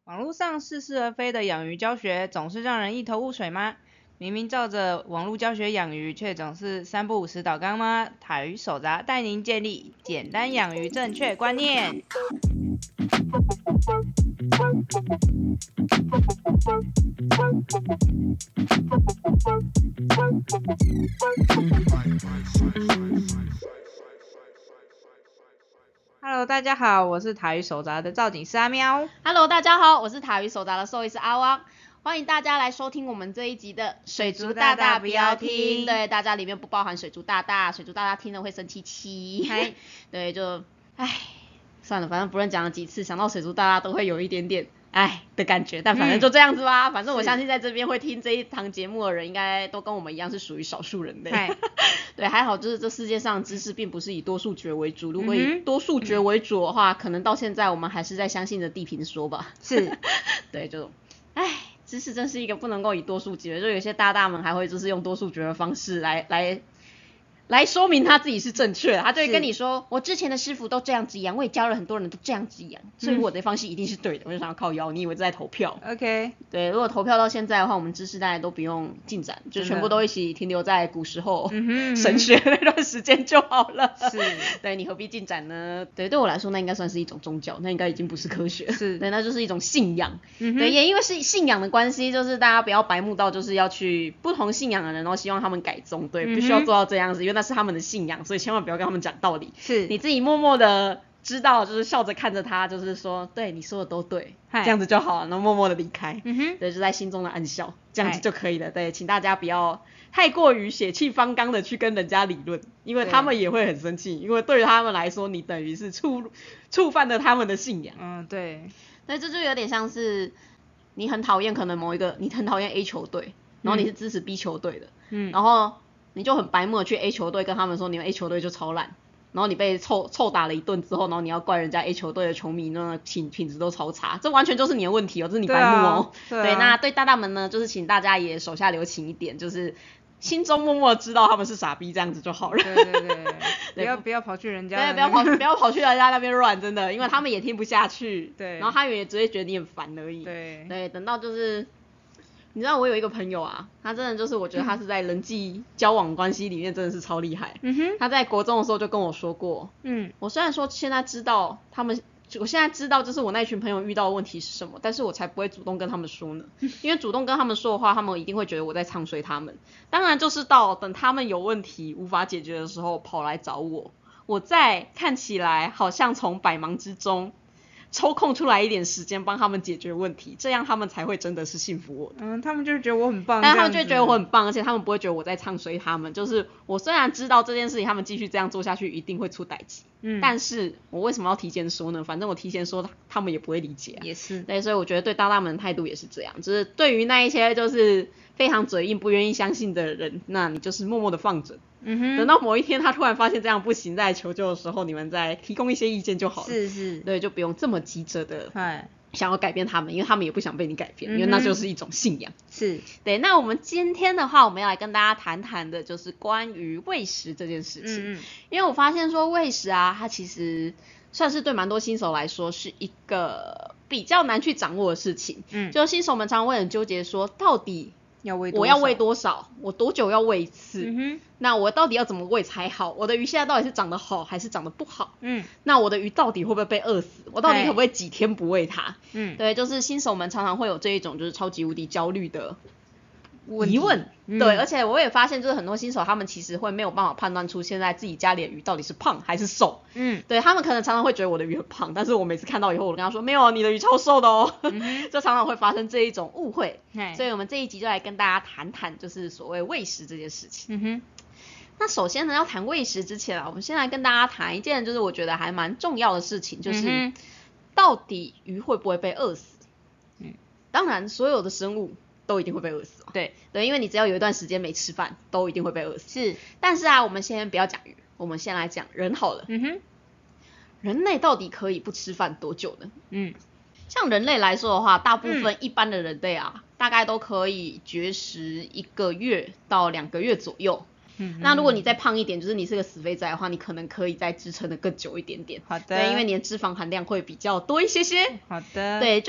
网络上似是而非的养鱼教学，总是让人一头雾水吗？明明照着网络教学养鱼，却总是三不五时倒缸吗？塔鱼手札带您建立简单养鱼正确观念。Hello， 大家好，我是塔鱼手札的造景师阿喵。 Hello， 大家好，我是塔鱼手札的兽医师阿汪，欢迎大家来收听我们这一集的水族大大不要听。对，大家里面不包含水族大大，水族大大听了会生气气。对，就算了，反正不论讲了几次，想到水族大大都会有一点点的感觉，但反正就这样子吧。反正我相信在这边会听这一堂节目的人，应该都跟我们一样是属于少数人类。对，还好就是这世界上知识并不是以多数决为主，如果以多数决为主的话，可能到现在我们还是在相信着地平说吧。 是， 对，就知识真是一个不能够以多数决，就有些大大们还会就是用多数决的方式来说明他自己是正确的，他就会跟你说，我之前的师傅都这样子养，我也教了很多人都这样子养，所以我的方式一定是对的。我就想要靠腰，你以为在投票 ？OK， 对，如果投票到现在的话，我们知识大家都不用进展，就全部都一起停留在古时候神学那段时间就好了。 是， 对，你何必进展呢？对，对我来说那应该算是一种宗教，那应该已经不是科学， 是， 对，那就是一种信仰。对，也因为是信仰的关系，就是大家不要白目到就是要去不同信仰的人，然后希望他们改宗，对，必须要做到这样子，因为那是他们的信仰。所以千万不要跟他们讲道理， 是你自己默默的知道，就是笑着看着他，就是说对你说的都对，这样子就好了，然后默默的离开，对，就在心中的暗笑，这样子就可以了。对，请大家不要太过于血气方刚的去跟人家理论，因为他们也会很生气，因为对于他们来说，你等于是触犯了他们的信仰。 对， 这就有点像是你很讨厌可能你很讨厌 A 球队，然后你是支持 B 球队的，然后你就很白目的去 A 球队跟他们说你们 A 球队就超烂，然后你被臭打了一顿之后，然后你要怪人家 A 球队的球迷那品质都超差，这完全就是你的问题哦，这是你白目哦。对，那对大大们呢，就是请大家也手下留情一点，就是心中默默知道他们是傻逼，这样子就好了。 对，不要跑去人家， 对，不要跑去人家那边乱，真的，因为他们也听不下去。对，然后他们也只会觉得你很烦而已。对，等到就是。你知道我有一个朋友啊，他真的就是我觉得他是在人际交往关系里面真的是超厉害。他在国中的时候就跟我说过，我虽然说现在知道我现在知道就是我那群朋友遇到的问题是什么，但是我才不会主动跟他们说呢，因为主动跟他们说的话，他们一定会觉得我在唱衰他们。当然就是等他们有问题无法解决的时候跑来找我在看起来好像从百忙之中抽空出来一点时间帮他们解决问题，这样他们才会真的是信服我的。 他们就觉得我很棒， 但他们就觉得我很棒，而且他们不会觉得我在唱衰他们。就是我虽然知道这件事情他们继续这样做下去一定会出歹疾，但是我为什么要提前说呢？反正我提前说他们也不会理解也是。 对，所以我觉得对大大们的态度也是这样，就是对于那一些就是非常嘴硬不愿意相信的人，那你就是默默的放着。等到某一天他突然发现这样不行，再来求救的时候，你们再提供一些意见就好了。 是。 对，就不用这么急着的想要改变他们，因为他们也不想被你改变，因为那就是一种信仰。 是。 对，那我们今天的话，我们要来跟大家谈谈的就是关于喂食这件事情。因为我发现说喂食啊，它其实算是对蛮多新手来说是一个比较难去掌握的事情。就新手们常常会很纠结说，到底我要喂多少？我多久要喂一次？那我到底要怎么喂才好？我的鱼现在到底是长得好还是长得不好？那我的鱼到底会不会被饿死？我到底可不可以几天不喂它？对，就是新手们常常会有这一种就是超级无敌焦虑的疑问。对，而且我也发现就是很多新手他们其实会没有办法判断出现在自己家里的鱼到底是胖还是瘦。对，他们可能常常会觉得我的鱼很胖，但是我每次看到以后我跟他说没有，你的鱼超瘦的哦。就常常会发生这一种误会。所以我们这一集就来跟大家谈谈就是所谓喂食这件事情。那首先呢，要谈喂食之前啊，我们先来跟大家谈一件就是我觉得还蛮重要的事情，就是到底鱼会不会被饿死？当然所有的生物都一定会被饿死。对，因为你只要有一段时间没吃饭，都一定会被饿死。是，但是啊，我们先不要讲鱼，我们先来讲人好了。人类到底可以不吃饭多久呢？像人类来说的话，大部分一般的人类啊，大概都可以绝食1个月到2个月左右。那如果你再胖一点，就是你是个死肥仔的话，你可能可以再支撑的更久一点点。 好的。 对，因为你的脂肪含量会比较多一些些。 好的。 对，就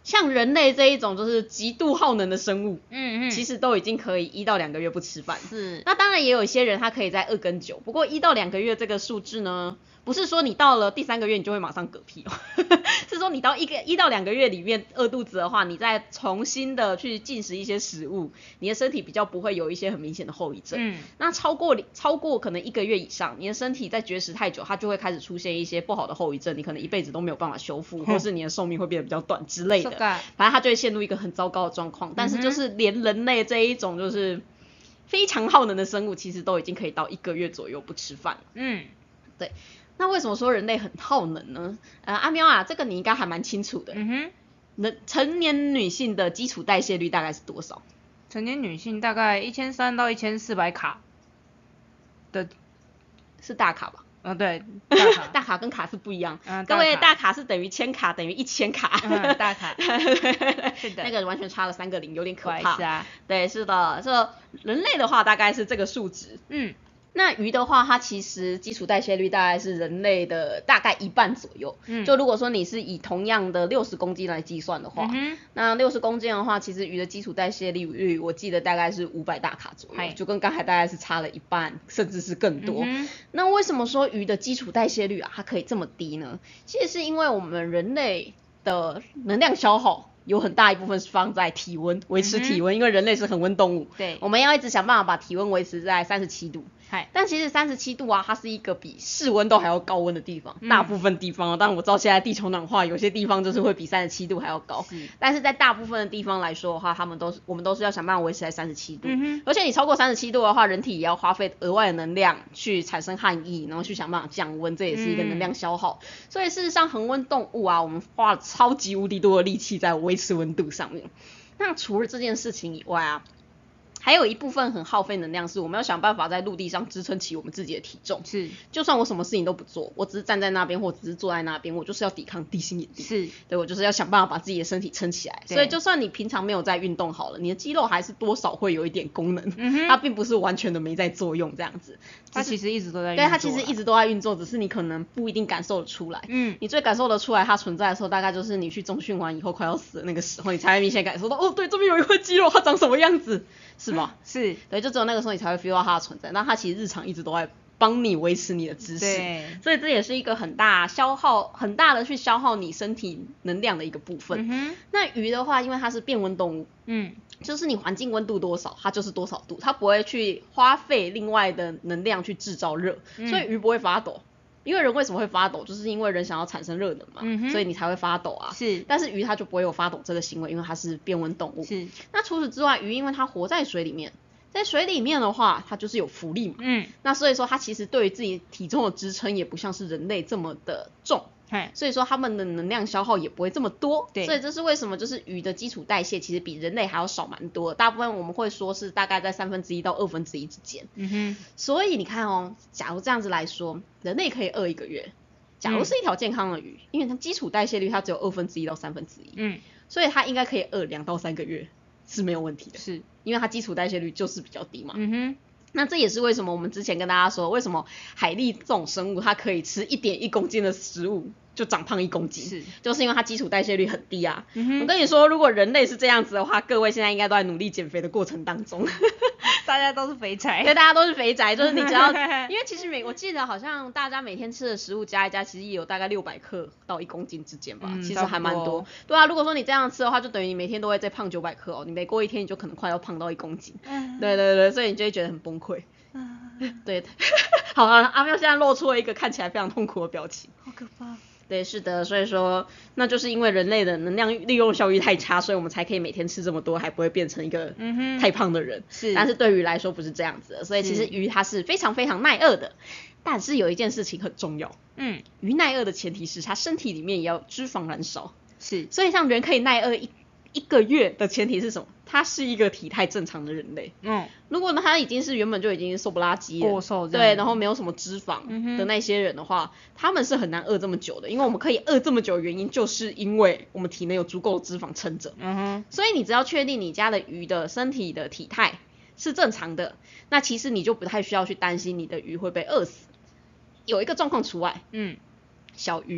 像人类这一种就是极度耗能的生物，其实都已经可以1到2个月不吃饭。 是， 那当然也有一些人他可以在2跟9，不过1到2个月这个数字呢，不是说你到了第3个月你就会马上嗝屁哦，是说你到1到2个月里面饿肚子的话，你再重新的去进食一些食物，你的身体比较不会有一些很明显的后遗症。那超过可能1个月以上，你的身体在绝食太久，它就会开始出现一些不好的后遗症，你可能一辈子都没有办法修复，或是你的寿命会变得比较短之类的。反正它就会陷入一个很糟糕的状况。但是就是连人类这一种就是非常耗能的生物，其实都已经可以到1个月左右不吃饭了。对。那为什么说人类很耗能呢？阿喵啊，这个你应该还蛮清楚的。成年女性的基础代谢率大概是多少？ 成年女性大概1300到1400卡的，是大卡吧？ 对， 大卡跟卡是不一样。各位，大卡是等于1000卡等于1000卡。 大卡。是的。 那个完全差了3个0，有点可怕。是啊。对，是的，这人类的话大概是这个数值。那鱼的话，它其实基础代谢率大概是人类的大概1半左右。就如果说你是以同样的60公斤来计算的话，那60公斤的话，其实鱼的基础代谢率我记得大概是500大卡左右，就跟刚才大概是差了1半，甚至是更多。那为什么说鱼的基础代谢率它可以这么低呢？其实是因为我们人类的能量消耗有很大一部分是放在体温，维持体温，因为人类是恒温动物。对，我们要一直想办法把体温维持在37度。但其实37度啊，它是一个比室温都还要高温的地方，大部分地方当然我知道现在地球暖化，有些地方就是会比37度还要高，但是在大部分的地方来说的话，我们都是要想办法维持在37度。而且你超过37度的话，人体也要花费额外的能量去产生汗液，然后去想办法降温，这也是一个能量消耗。所以事实上恒温动物啊，我们花了超级无敌多的力气在维持温度上面。那除了这件事情以外啊，还有一部分很耗费能量，是我们要想办法在陆地上支撑起我们自己的体重。就算我什么事情都不做，我只是站在那边或只是坐在那边，我就是要抵抗地心引力。对，我就是要想办法把自己的身体撑起来。所以就算你平常没有在运动好了，你的肌肉还是多少会有一点功能，它并不是完全的没在作用这样子。 它其实一直都在运作。 对，它其实一直都在运作，只是你可能不一定感受得出来。你最感受得出来它存在的时候，大概就是你去重训完以后快要死的那个时候，你才会明显感受到，哦，对，这边有一块肌肉，它长什么样子。是吧？ 是， 对，就只有那个时候你才会 feel 到它的存在，那它其实日常一直都在帮你维持你的姿势，对，所以这也是一个很大的去消耗你身体能量的一个部分。那鱼的话，因为它是变温动物，就是你环境温度多少，它就是多少度，它不会去花费另外的能量去制造热，所以鱼不会发抖。因为人为什么会发抖，就是因为人想要产生热能嘛，所以你才会发抖啊。但是鱼它就不会有发抖这个行为，因为它是变温动物。那除此之外，鱼因为它活在水里面，在水里面的话，它就是有浮力嘛。那所以说它其实对于自己体重的支撑也不像是人类这么的重。所以说他们的能量消耗也不会这么多，所以这是为什么就是鱼的基础代谢其实比人类还要少蛮多的，大部分我们会说是大概在1/3到1/2之间。所以你看哦，假如这样子来说，人类可以饿1个月，假如是一条健康的鱼，因为它基础代谢率它只有1/2到1/3，所以它应该可以饿2到3个月是没有问题的，是因为它基础代谢率就是比较低嘛。那这也是为什么我们之前跟大家说，为什么海蛎这种生物它可以吃1.1公斤的食物就长胖1公斤，就是因为它基础代谢率很低啊。我跟你说，如果人类是这样子的话，各位现在应该都在努力减肥的过程当中。 大家都是肥宅。 对，大家都是肥宅，就是你只要，因为其实我记得好像大家每天吃的食物加一加，其实也有大概600克到1公斤之间吧，其实还蛮多。对啊，如果说你这样吃的话，就等于你每天都会再胖900克哦，你每过一天你就可能快要胖到1公斤。对，所以你就会觉得很崩溃。对，好啊，阿喵现在露出了一个看起来非常痛苦的表情， 好可怕。 对，是的，所以说那就是因为人类的能量利用效率太差，所以我们才可以每天吃这么多，还不会变成一个太胖的人。但是对鱼来说不是这样子的，所以其实鱼它是非常非常耐饿的。但是有一件事情很重要，鱼耐饿的前提是它身体里面也要有脂肪燃烧。所以像人可以耐饿一个月的前提是什么？他是一个体态正常的人类。如果呢他已经是原本就已经瘦不拉几了，过瘦，对，然后没有什么脂肪的那些人的话，他们是很难饿这么久的，因为我们可以饿这么久的原因就是因为我们体内有足够的脂肪撑着。所以你只要确定你家的鱼的身体的体态是正常的，那其实你就不太需要去担心你的鱼会被饿死。有一个状况除外，小鱼。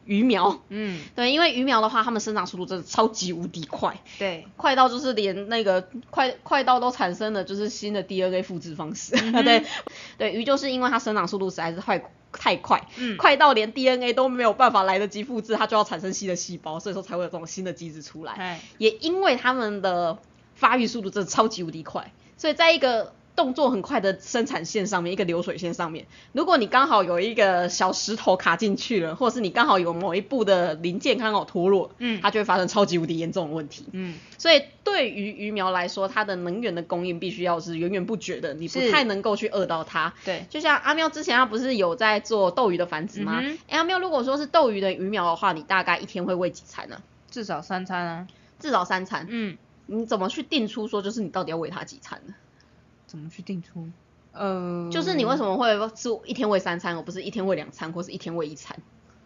鱼苗。 对， 因为鱼苗的话，它们生长速度真的超级无敌快， 对， 快到就是连那个快到都产生了就是新的 DNA 复制方式。对，鱼就是因为它生长速度实在是太快，快到连 DNA 都没有办法来得及复制，它就要产生新的细胞，所以说才会有这种新的机制出来。也因为它们的发育速度真的超级无敌快，所以在一个动作很快的生产线上面，一个流水线上面，如果你刚好有一个小石头卡进去了，或者是你刚好有某一部的零件刚好脱落，它就会发生超级无敌严重的问题。所以对于鱼苗来说，它的能源的供应必须要是源源不绝的，你不太能够去饿到它。 对， 就像阿喵之前他不是有在做斗鱼的繁殖吗？阿喵如果说是斗鱼的鱼苗的话，你大概一天会喂几餐呢？ 至少3餐啊。 至少3餐。你怎么去定出说就是你到底要喂它几餐呢？ 怎么去定出？ 就是你为什么会是一天喂3餐，而不是一天喂2餐，或是一天喂1餐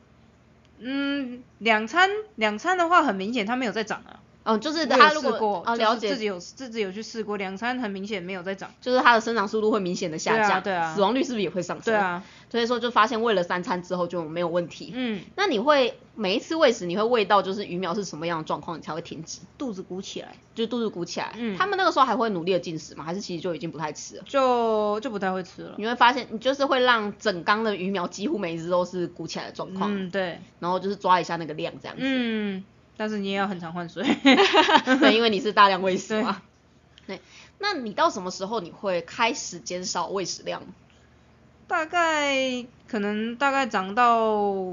？2餐的话，很明显它没有在长啊。 就是他如果了解自己有去试过，2餐很明显没有在长， 就是它的生长速度会明显的下降， 对啊， 死亡率是不是也会上升？ 对啊， 所以说就发现喂了3餐之后就没有问题。那你会每一次喂食，你会喂到就是鱼苗是什么样的状况，你才会停止？ 肚子鼓起来， 就是肚子鼓起来。他们那个时候还会努力的进食吗？还是其实就已经不太吃了？ 就不太会吃了。 你会发现，你就是会让整缸的鱼苗几乎每一只都是鼓起来的状况。 对。 然后就是抓一下那个量这样子。 但是你也要很常换水。 对，因为你是大量喂食嘛。对。那你到什么时候你会开始减少喂食量？ 大概长到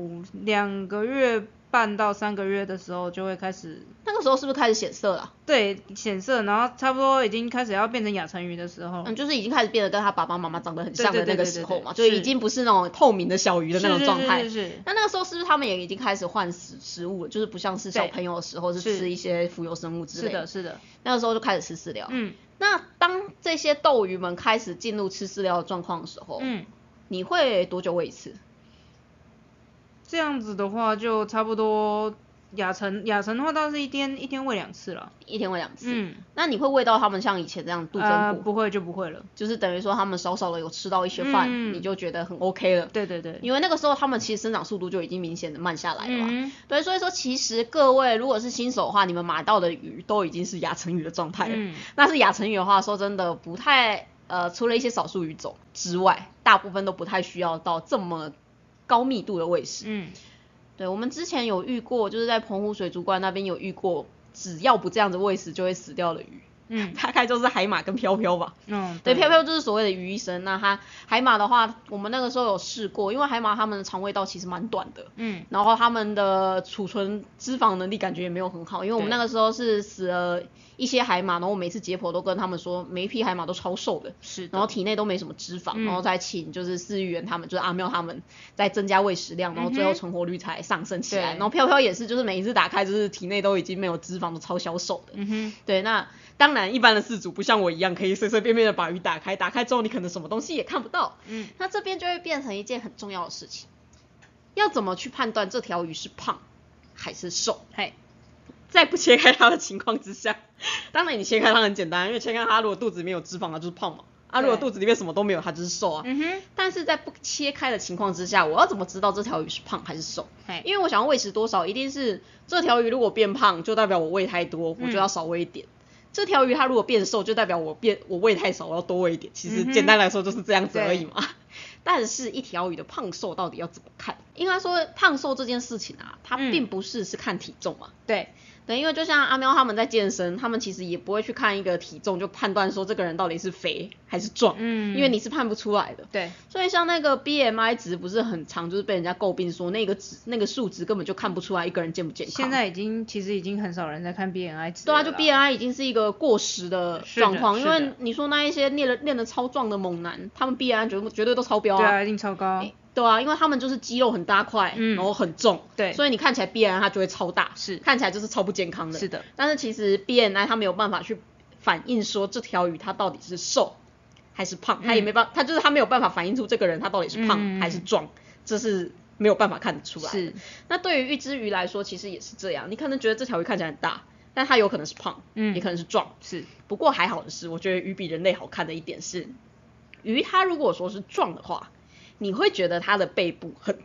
2个月半到3个月的时候就会开始。 那个时候是不是开始显色了？ 对，显色，然后差不多已经开始要变成亚成鱼的时候。 就是已经开始变得跟他爸爸妈妈长得很像的那个时候嘛，就已经不是那种透明的小鱼的那种状态。那个时候是不是他们也已经开始换食物了？就是不像是小朋友的时候是吃一些浮游生物之类的。 是的。 那个时候就开始吃饲料。那当这些斗鱼们开始进入吃饲料的状况的时候，你会多久喂一次？ 这样子的话就差不多亚成的话，倒是一天喂2次了。 一天喂2次。那你会喂到他们像以前这样肚增补？ 不会就不会了， 就是等于说他们少少的有吃到一些饭，你就觉得很 OK 了。 对。 因为那个时候他们其实生长速度就已经明显的慢下来了嘛。对，所以说其实各位如果是新手的话，你们买到的鱼都已经是亚成鱼的状态了。那是亚成鱼的话，说真的不太除了一些少数鱼种之外，大部分都不太需要到这么高密度的喂食。对，我们之前有遇过，就是在澎湖水族馆那边有遇过，只要不这样子喂食就会死掉的鱼。大概就是海马跟飘飘吧。对，飘飘就是所谓的鱼医生。那海马的话，我们那个时候有试过，因为海马它们的肠胃道其实蛮短的。然后它们的储存脂肪能力感觉也没有很好，因为我们那个时候是死了一些海马，然后我每次解剖都跟他们说，每一批海马都超瘦的，然后体内都没什么脂肪，然后再请就是饲育员他们，就是阿喵他们再增加喂食量，然后最后存活率才上升起来。然后飘飘也是，就是每一次打开就是体内都已经没有脂肪，都超消瘦的。对，那当然一般的饲主不像我一样可以随随便便的把鱼打开之后你可能什么东西也看不到。那这边就会变成一件很重要的事情，要怎么去判断这条鱼是胖还是瘦？在不切开它的情况之下，当然你切开它很简单，因为切开它如果肚子里面有脂肪，它就是胖嘛。如果肚子里面什么都没有，它就是瘦啊。但是在不切开的情况之下，我要怎么知道这条鱼是胖还是瘦？因为我想要喂食多少，一定是这条鱼如果变胖，就代表我喂太多，我就要少喂一点。这条鱼它如果变瘦，就代表我喂太少，我要多喂一点。其实简单来说就是这样子而已嘛。但是一条鱼的胖瘦到底要怎么看？应该说胖瘦这件事情啊，它并不是看体重嘛。对，因为就像阿喵他们在健身，他们其实也不会去看一个体重就判断说这个人到底是肥还是壮，因为你是判不出来的。 对， 所以像那个 BMI 值不是很常，就是被人家诟病说那个数值根本就看不出来一个人健不健康。 现在其实已经很少人在看 BMI 值了。 对啊，就 BMI 已经是一个过时的状况，因为你说那一些练得超壮的猛男，他们 BMI 绝对都超标啊。 对啊，一定超高。 对啊，因为他们就是肌肉很大块，然后很重， 对， 所以你看起来 BMI 它就会超大，看起来就是超不健康的。 是的。 但是其实 BMI 它没有办法去反映说这条鱼它到底是瘦还是胖，它也没办法，它没有办法反映出这个人他到底是胖还是壮，这是没有办法看得出来的。那对于一只鱼来说，其实也是这样，你可能觉得这条鱼看起来很大，但它有可能是胖，也可能是壮。不过还好的是，我觉得鱼比人类好看的一点是，鱼它如果说是壮的话，你会觉得它的背部很壮，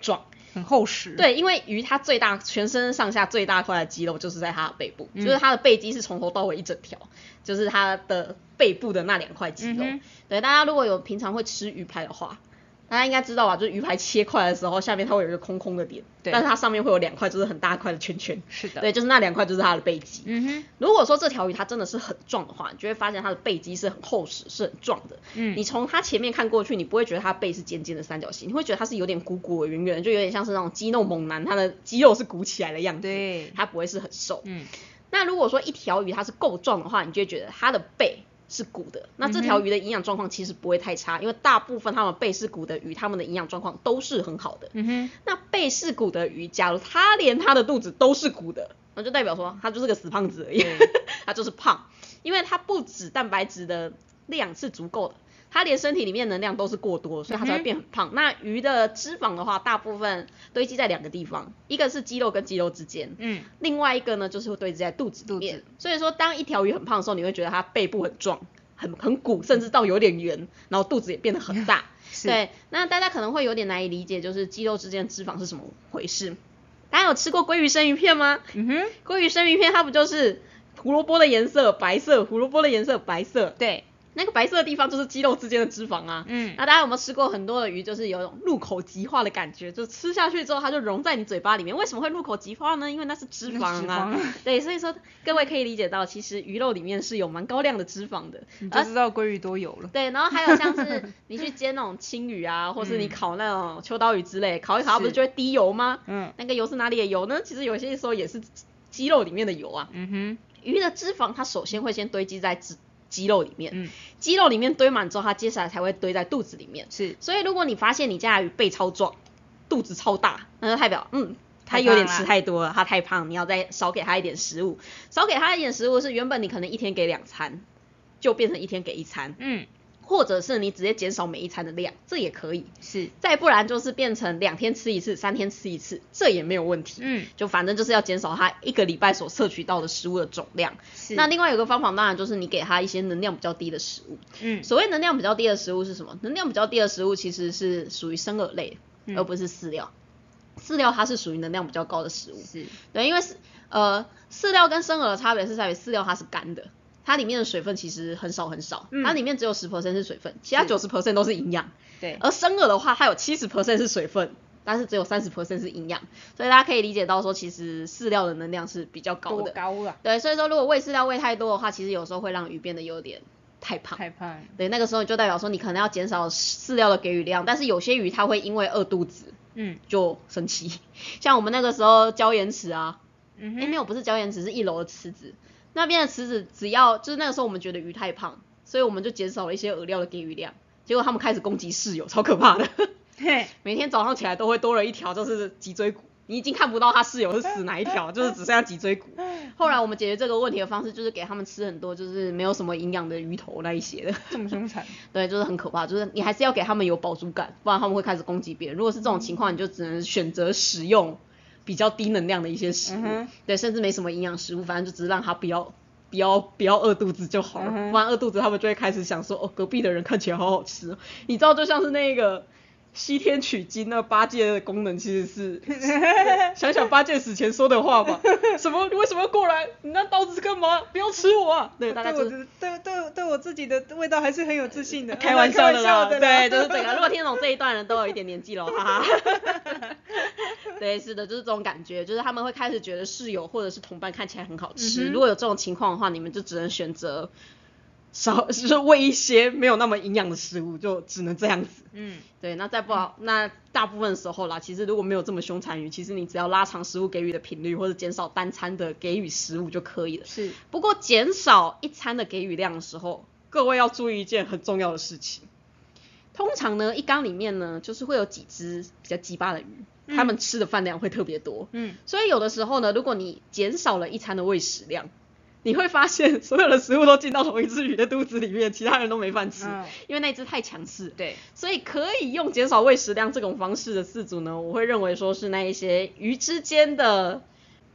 很厚实。 对，因为鱼它全身上下最大块的肌肉就是在它的背部，就是它的背肌是从头到尾一整条，就是它的背部的那2块肌肉。对，大家如果有平常会吃鱼排的话，大家应该知道吧，就是鱼排切块的时候，下面它会有一个空空的点，但是它上面会有2块就是很大块的圈圈。 是的。 对，就是那2块就是它的背肌。如果说这条鱼它真的是很壮的话，你就会发现它的背肌是很厚实，是很壮的。你从它前面看过去，你不会觉得它背是尖尖的三角形，你会觉得它是有点鼓鼓的、圆圆的，就有点像是那种肌肉猛男，它的肌肉是鼓起来的样子。 对， 它不会是很瘦。那如果说一条鱼它是够壮的话，你就会觉得它的背是鼓的，那这条鱼的营养状况其实不会太差，因为大部分它们背是鼓的鱼，它们的营养状况都是很好的。那背是鼓的鱼，假如它连它的肚子都是鼓的，那就代表说它就是个死胖子而已，它就是胖，因为它不止蛋白质的量是足够的，它连身体里面能量都是过多，所以它才会变很胖。那鱼的脂肪的话，大部分堆积在2个地方，一个是肌肉跟肌肉之间，另外一个呢就是会堆积在肚子里面。所以说，当一条鱼很胖的时候，你会觉得它背部很壮，很鼓，甚至到有点圆，然后肚子也变得很大。对，那大家可能会有点难以理解，就是肌肉之间的脂肪是什么回事？大家有吃过鲑鱼生鱼片吗？鲑鱼生鱼片它不就是胡萝卜的颜色白色，胡萝卜的颜色白色？ 对。 那个白色的地方就是肌肉之间的脂肪啊。那大家有没有吃过很多的鱼，就是有种入口即化的感觉，就吃下去之后它就融在你嘴巴里面。为什么会入口即化呢？因为那是脂肪啊。对，所以说各位可以理解到，其实鱼肉里面是有蛮高量的脂肪的。 你就知道鲑鱼多油了。 对，然后还有像是你去煎那种青鱼啊，或是你烤那种秋刀鱼之类，烤一烤它不是就会滴油吗？那个油是哪里的油呢？其实有些时候也是肌肉里面的油啊。鱼的脂肪它首先会先堆积在肌肉里面，肌肉里面堆满之后，它接下来才会堆在肚子里面。所以如果你发现你家的鱼背超壮，肚子超大，那就代表它有点吃太多了，它太胖，你要再少给它一点食物。少给它一点食物是原本你可能1天给2餐，就变成1天给1餐。或者是你直接减少每一餐的量，这也可以。再不然就是变成2天吃1次，3天吃1次，这也没有问题。就反正就是要减少它1个礼拜所摄取到的食物的总量。那另外有个方法当然就是你给它一些能量比较低的食物。所谓能量比较低的食物是什么？能量比较低的食物其实是属于生饵类，而不是饲料。饲料它是属于能量比较高的食物。对，因为饲料跟生饵的差别是在于饲料它是干的。它里面的水分其实很少很少，它里面只有10% 是水分，其他90% 都是营养。而生饵的话，它有70% 是水分，但是只有30% 是营养，所以大家可以理解到说，其实饲料的能量是比较高的。对，所以说如果喂饲料喂太多的话，其实有时候会让鱼变得有点太胖。对，那个时候就代表说你可能要减少饲料的给予量，但是有些鱼它会因为饿肚子，就生气。像我们那个时候礁岩池啊，没有，不是礁岩池，是1楼的池子。那边的池子只要就是那个时候我们觉得鱼太胖，所以我们就减少了一些饵料的给予量，结果他们开始攻击室友，超可怕的。每天早上起来都会多了一条就是脊椎骨，你已经看不到他室友是死哪一条，就是只剩下脊椎骨。后来我们解决这个问题的方式就是给他们吃很多就是没有什么营养的鱼头那一些的。 这么凶残？ 对，就是很可怕，就是你还是要给他们有饱足感，不然他们会开始攻击别人。如果是这种情况，你就只能选择使用比较低能量的一些食物，对，甚至没什么营养食物，反正就只是让它不要饿肚子就好了，不然饿肚子他们就会开始想说，隔壁的人看起来好好吃。你知道就像是那个西天取经那八戒的功能其实是想想八戒死前说的话吧，什么你为什么要过来，你那刀子干嘛，不要吃我啊。对，大概就是对我自己的味道还是很有自信的。 开玩笑的啦。对，就是这个。如果听懂这一段人都有一点年纪了，哈哈。对，是的，就是这种感觉，就是他们会开始觉得室友或者是同伴看起来很好吃。如果有这种情况的话，你们就只能选择就是喂一些没有那么营养的食物，就只能这样子。对，那再不好，那大部分时候啦，其实如果没有这么凶残鱼，其实你只要拉长食物给予的频率，或者减少单餐的给予食物就可以了。不过减少一餐的给予量的时候，各位要注意一件很重要的事情。通常呢，一缸里面呢，就是会有几只比较鸡巴的鱼，它们吃的饭量会特别多。所以有的时候呢，如果你减少了一餐的喂食量，你会发现所有的食物都进到同一只鱼的肚子里面，其他人都没饭吃，因为那只太强势。 对， 所以可以用减少喂食量这种方式的饲主呢，我会认为说是那一些鱼之间的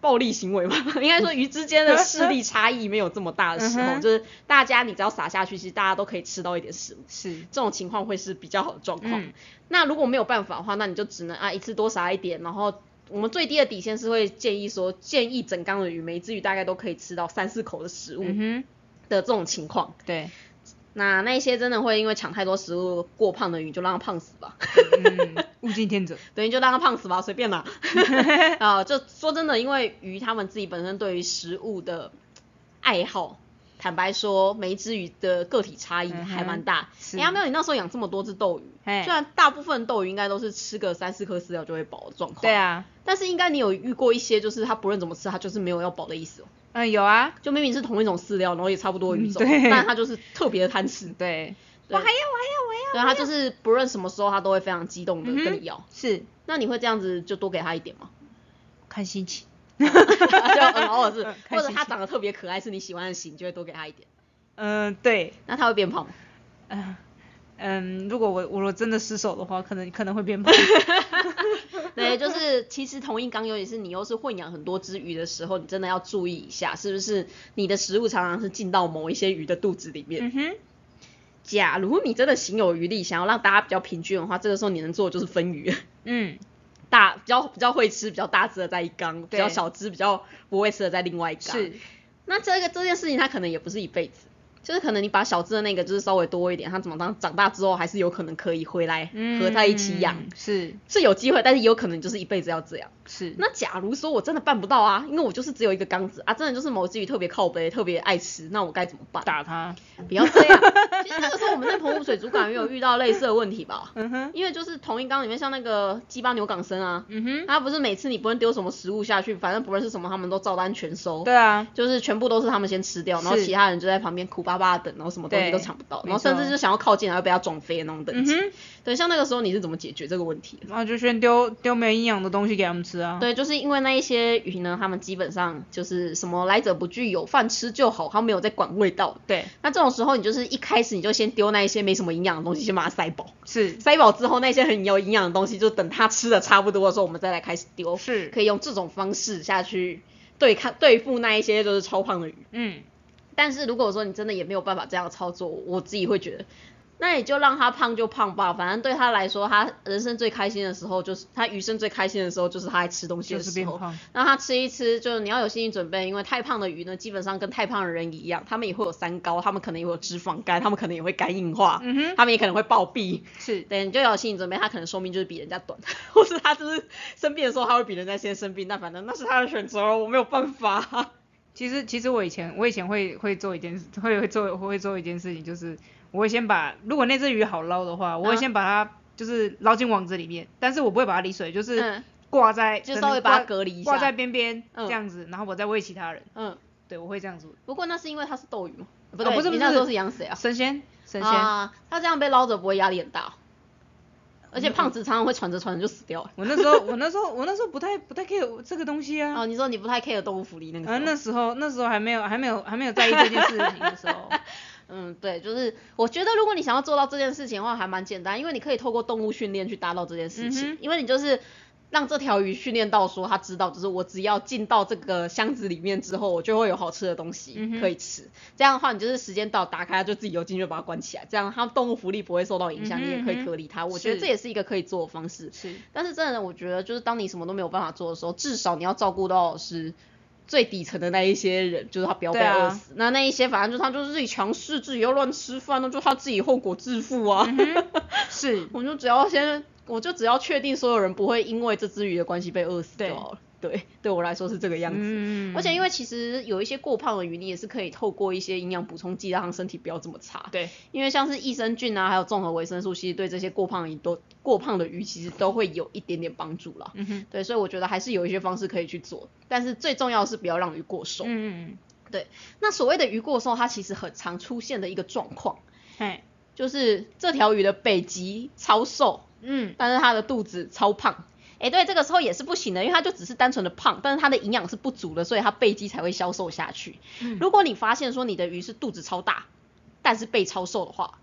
暴力行为嘛，应该说鱼之间的势力差异没有这么大的时候，就是大家你只要撒下去，其实大家都可以吃到一点食物， 是这种情况会是比较好的状况。那如果没有办法的话，那你就只能一次多撒一点，然后我们最低的底线是会建议整缸的鱼每一只鱼大概都可以吃到3-4口的食物的这种情况。 对。 那一些真的会因为抢太多食物过胖的鱼，就让它胖死吧。 物竞天择。 等于就让它胖死吧，随便啦。就说真的，因为鱼它们自己本身对于食物的爱好，坦白说，每一只鱼的个体差异还蛮大。没有你那时候养这么多只斗鱼，虽然大部分斗鱼应该都是吃个3-4颗饲料就会饱的状况。 对啊。 但是应该你有遇过一些，就是它不论怎么吃，它就是没有要饱的意思哦。 有啊， 就明明是同一种饲料，然后也差不多鱼种，但它就是特别的贪吃。 对，我还要。 对，它就是不论什么时候，它都会非常激动的跟你要。 是。 那你会这样子就多给它一点吗？ 看心情。 就偶尔是，或者它长得特别可爱，是你喜欢的型，就会多给它一点。 对。 那它会变胖吗？ 如果我真的失手的话，可能会变胖。 对，就是其实同一缸，尤其是你又是混养很多只鱼的时候，你真的要注意一下，是不是你的食物常常是进到某一些鱼的肚子里面。假如你真的行有余力，想要让大家比较平均的话，这个时候你能做的就是分鱼。比较会吃比较大只的在一缸，比较小只比较不会吃的在另外一缸。是。那这件事情它可能也不是一辈子。就是可能你把小只的那个就是稍微多一点，它怎么长大之后还是有可能可以回来合在一起养，是有机会，但是也有可能就是一辈子要这样。是。那假如说我真的办不到啊，因为我就是只有一个缸子啊，真的就是某只鱼特别靠北，特别爱吃，那我该怎么办？ 打它。 不要这样。其实那个时候我们在澎湖水族馆也有遇到类似的问题吧。因为就是同一缸里面像那个鸡巴牛港参啊，它不是每次你不论丢什么食物下去，反正不论是什么他们都照单全收。对啊。就是全部都是他们先吃掉，然后其他人就在旁边苦巴巴的等，然后什么东西都抢不到，然后甚至就想要靠近还会被它撞飞的那种等级。对，像那个时候你是怎么解决这个问题的？ 就先丢没营养的东西给他们吃啊。 对，就是因为那一些鱼呢，他们基本上就是什么来者不拒，有饭吃就好，他没有在管味道。对。那这种时候你就是一开始你就先丢那一些没什么营养的东西，先把它塞饱。是。塞饱之后，那些很有营养的东西，就等它吃的差不多的时候，我们再来开始丢。是。可以用这种方式下去对付那一些就是超胖的鱼。但是如果说你真的也没有办法这样操作，我自己会觉得，那你就让他胖就胖吧，反正对他来说，他人生最开心的时候，就是他余生最开心的时候，就是他在吃东西的时候。那他吃一吃，就是你要有心理准备，因为太胖的鱼呢，基本上跟太胖的人一样，他们也会有三高，他们可能也会有脂肪肝，他们可能也会肝硬化，他们也可能会暴毙。是，对，你就要有心理准备，他可能寿命就是比人家短，或是他就是生病的时候他会比人家先生病，但反正那是他的选择，我没有办法。 其实我以前会做一件事，会做一件事情，就是我会先把，如果那只鱼好捞的话，我会先把它就是捞进网子里面，但是我不会把它离水，就是挂在， 就稍微把它隔离一下， 挂在边边这样子，然后我再喂其他人。对，我会这样做。 不过那是因为它是斗鱼吗？不对，不是，你那时候是养谁啊？ 神仙。 他这样被捞着不会压力很大？而且胖子常常会喘着就死掉。 我那时候不太 care 这个东西啊。 你说你不太 care 动物福利那个时候？ 那时候还没有在意这件事情的时候。 对，就是我觉得如果你想要做到这件事情的话，还蛮简单，因为你可以透过动物训练去达到这件事情，因为你就是让这条鱼训练到说，它知道就是我只要进到这个箱子里面之后，我就会有好吃的东西可以吃。这样的话，你就是时间到打开它就自己游进去把它关起来，这样它动物福利不会受到影响，你也可以隔离它。我觉得这也是一个可以做的方式。是。但是真的，我觉得就是当你什么都没有办法做的时候，至少你要照顾到的是最底层的那一些人，就是他不要被饿死。那一些反正就是他就是自己强势，自己要乱吃饭，那就他自己后果自负啊。是。我就只要确定所有人不会因为这只鱼的关系被饿死就好了。对我来说是这个样子。而且因为其实有一些过胖的鱼，你也是可以透过一些营养补充剂让身体不要这么差。对。因为像是益生菌啊，还有综合维生素，其实对这些过胖的鱼其实都会有一点点帮助啦。对，所以我觉得还是有一些方式可以去做，但是最重要的是不要让鱼过瘦。对。那所谓的鱼过瘦，它其实很常出现的一个状况，就是这条鱼的背鳍超瘦，但是它的肚子超胖。对，这个时候也是不行的，因为它就只是单纯的胖，但是它的营养是不足的，所以它背肌才会消瘦下去。如果你发现说你的鱼是肚子超大，但是背超瘦的话，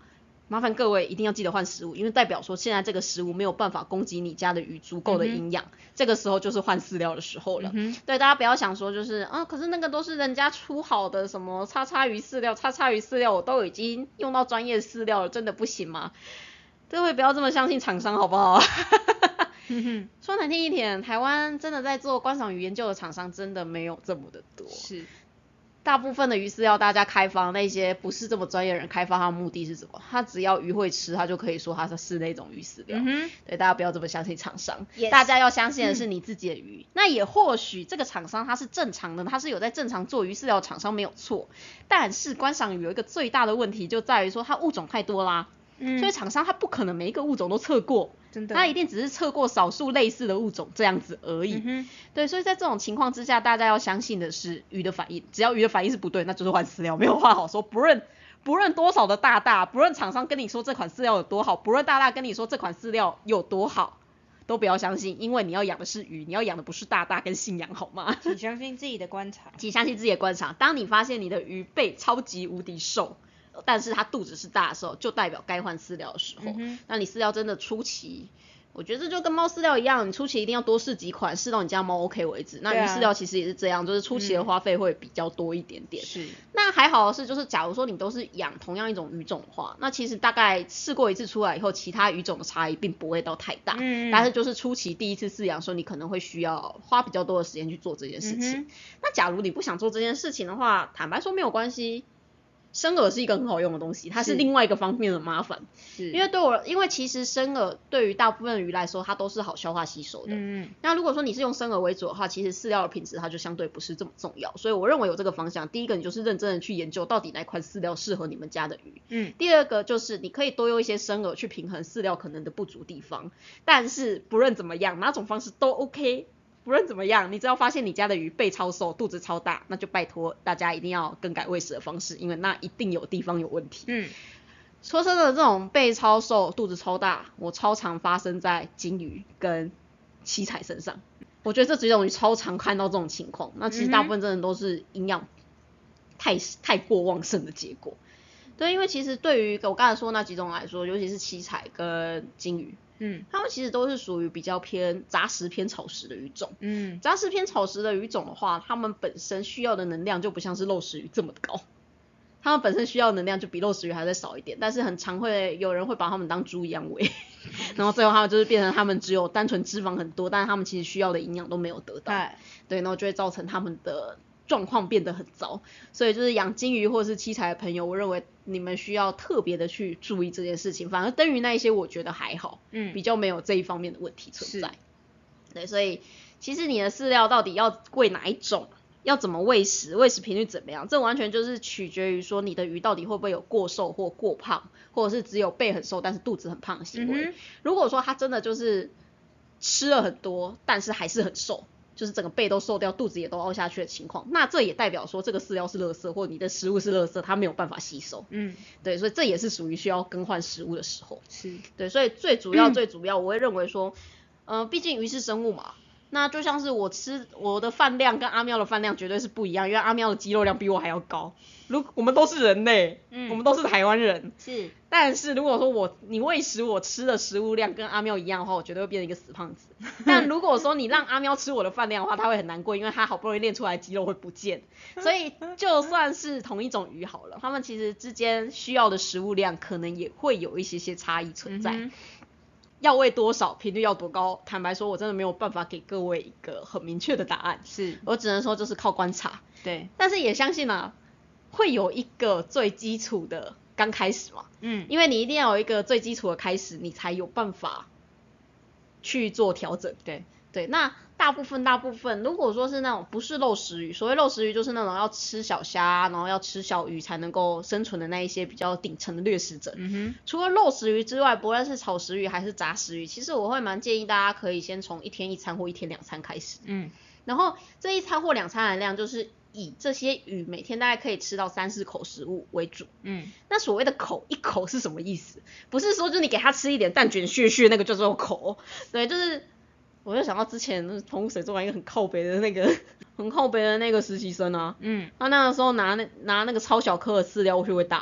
麻烦各位一定要记得换食物，因为代表说现在这个食物没有办法供给你家的鱼足够的营养，这个时候就是换饲料的时候了。对，大家不要想说就是可是那个都是人家出好的什么叉叉鱼饲料，叉叉鱼饲料我都已经用到专业饲料了，真的不行吗？各位不要这么相信厂商好不好？说难听一点，台湾真的在做观赏鱼研究的厂商真的没有这么的多。 是。 大部分的鱼饲料大家开发，那些不是这么专业的人开发，他的目的是什么？他只要鱼会吃，他就可以说他是那种鱼饲料。对，大家不要这么相信厂商，大家要相信的是你自己的鱼。那也或许这个厂商他是正常的，他是有在正常做鱼饲料的厂商没有错，但是观赏鱼有一个最大的问题就在于说它物种太多啦。所以厂商他不可能每一个物种都测过，真的，他一定只是测过少数类似的物种这样子而已。对，所以在这种情况之下，大家要相信的是鱼的反应，只要鱼的反应是不对，那就是换饲料，没有话好说。不论多少的大大，不论厂商跟你说这款饲料有多好，不论大大跟你说这款饲料有多好，都不要相信，因为你要养的是鱼，你要养的不是大大跟信仰，好吗？ 请相信自己的观察。 请相信自己的观察。当你发现你的鱼背超级无敌瘦，但是它肚子是大的时候，就代表该换饲料的时候。那你饲料真的初期，我觉得这就跟猫饲料一样，你初期一定要多试几款，试到你家猫 OK 为止。那鱼饲料其实也是这样，就是初期的花费会比较多一点点。是。那还好的是，就是假如说你都是养同样一种鱼种的话，那其实大概试过一次出来以后，其他鱼种的差异并不会到太大。但是就是初期第一次饲养的时候，你可能会需要花比较多的时间去做这件事情。那假如你不想做这件事情的话，坦白说没有关系。生饵是一个很好用的东西，它是另外一个方面的麻烦。因为其实生饵对于大部分的鱼来说，它都是好消化吸收的。那如果说你是用生饵为主的话，其实饲料的品质它就相对不是这么重要。所以我认为有这个方向，第一个你就是认真的去研究到底哪款饲料适合你们家的鱼。第二个就是你可以多用一些生饵去平衡饲料可能的不足地方。但是不论怎么样，哪种方式都 OK。不论怎么样，你只要发现你家的鱼背超瘦，肚子超大，那就拜托大家一定要更改喂食的方式，因为那一定有地方有问题。说真的，这种背超瘦、肚子超大，我超常发生在金鱼跟七彩身上。我觉得这几种鱼超常看到这种情况，那其实大部分真的都是营养太过旺盛的结果。对，因为其实对于我刚才说那几种来说，尤其是七彩跟金鱼，它们其实都是属于比较偏杂食偏草食的鱼种。杂食偏草食的鱼种的话，它们本身需要的能量就不像是肉食鱼这么高，它们本身需要的能量就比肉食鱼还再少一点，但是很常会有人会把它们当猪一样喂，然后最后它们就是变成它们只有单纯脂肪很多，但是它们其实需要的营养都没有得到。对，然后就会造成它们的状况变得很糟。所以就是养金鱼或是七彩的朋友，我认为你们需要特别的去注意这件事情。反而灯鱼那一些我觉得还好，比较没有这一方面的问题存在。对，所以其实你的饲料到底要喂哪一种，要怎么喂食，喂食频率怎么样，这完全就是取决于说你的鱼到底会不会有过瘦或过胖，或者是只有背很瘦但是肚子很胖的行为。如果说它真的就是吃了很多但是还是很瘦，就是整个背都瘦掉，肚子也都凹下去的情况，那这也代表说这个饲料是垃圾，或你的食物是垃圾，它没有办法吸收。对，所以这也是属于需要更换食物的时候。对，所以最主要，我会认为说，毕竟鱼是生物嘛，那就像是我的饭量跟阿喵的饭量绝对是不一样，因为阿喵的肌肉量比我还要高。我们都是人类，我们都是台湾人。但是如果说你喂食我吃的食物量跟阿喵一样的话，我绝对会变成一个死胖子。但如果说你让阿喵吃我的饭量的话，他会很难过，因为他好不容易练出来的肌肉会不见。所以就算是同一种鱼好了，他们其实之间需要的食物量可能也会有一些差异存在。要喂多少，频率要多高，坦白说我真的没有办法给各位一个很明确的答案。我只能说就是靠观察。对，但是也相信啊，会有一个最基础的刚开始嘛。因为你一定要有一个最基础的开始，你才有办法去做调整。对，那大部分如果说是那种不是肉食鱼，所谓肉食鱼就是那种要吃小虾然后要吃小鱼才能够生存的那一些比较顶层的掠食者。除了肉食鱼之外，不论是草食鱼还是杂食鱼，其实我会蛮建议大家可以先从1天1餐或1天2餐开始。然后这1餐或2餐的量就是以这些鱼每天大概可以吃到3-4口食物为主。那所谓的一口是什么意思？不是说就你给它吃一点蛋卷屑屑那个就叫口。对，就是我就想到之前澎湖水族馆一个很靠北的那个实习生啊。他那个时候拿那个超小颗的饲料去喂大鱼。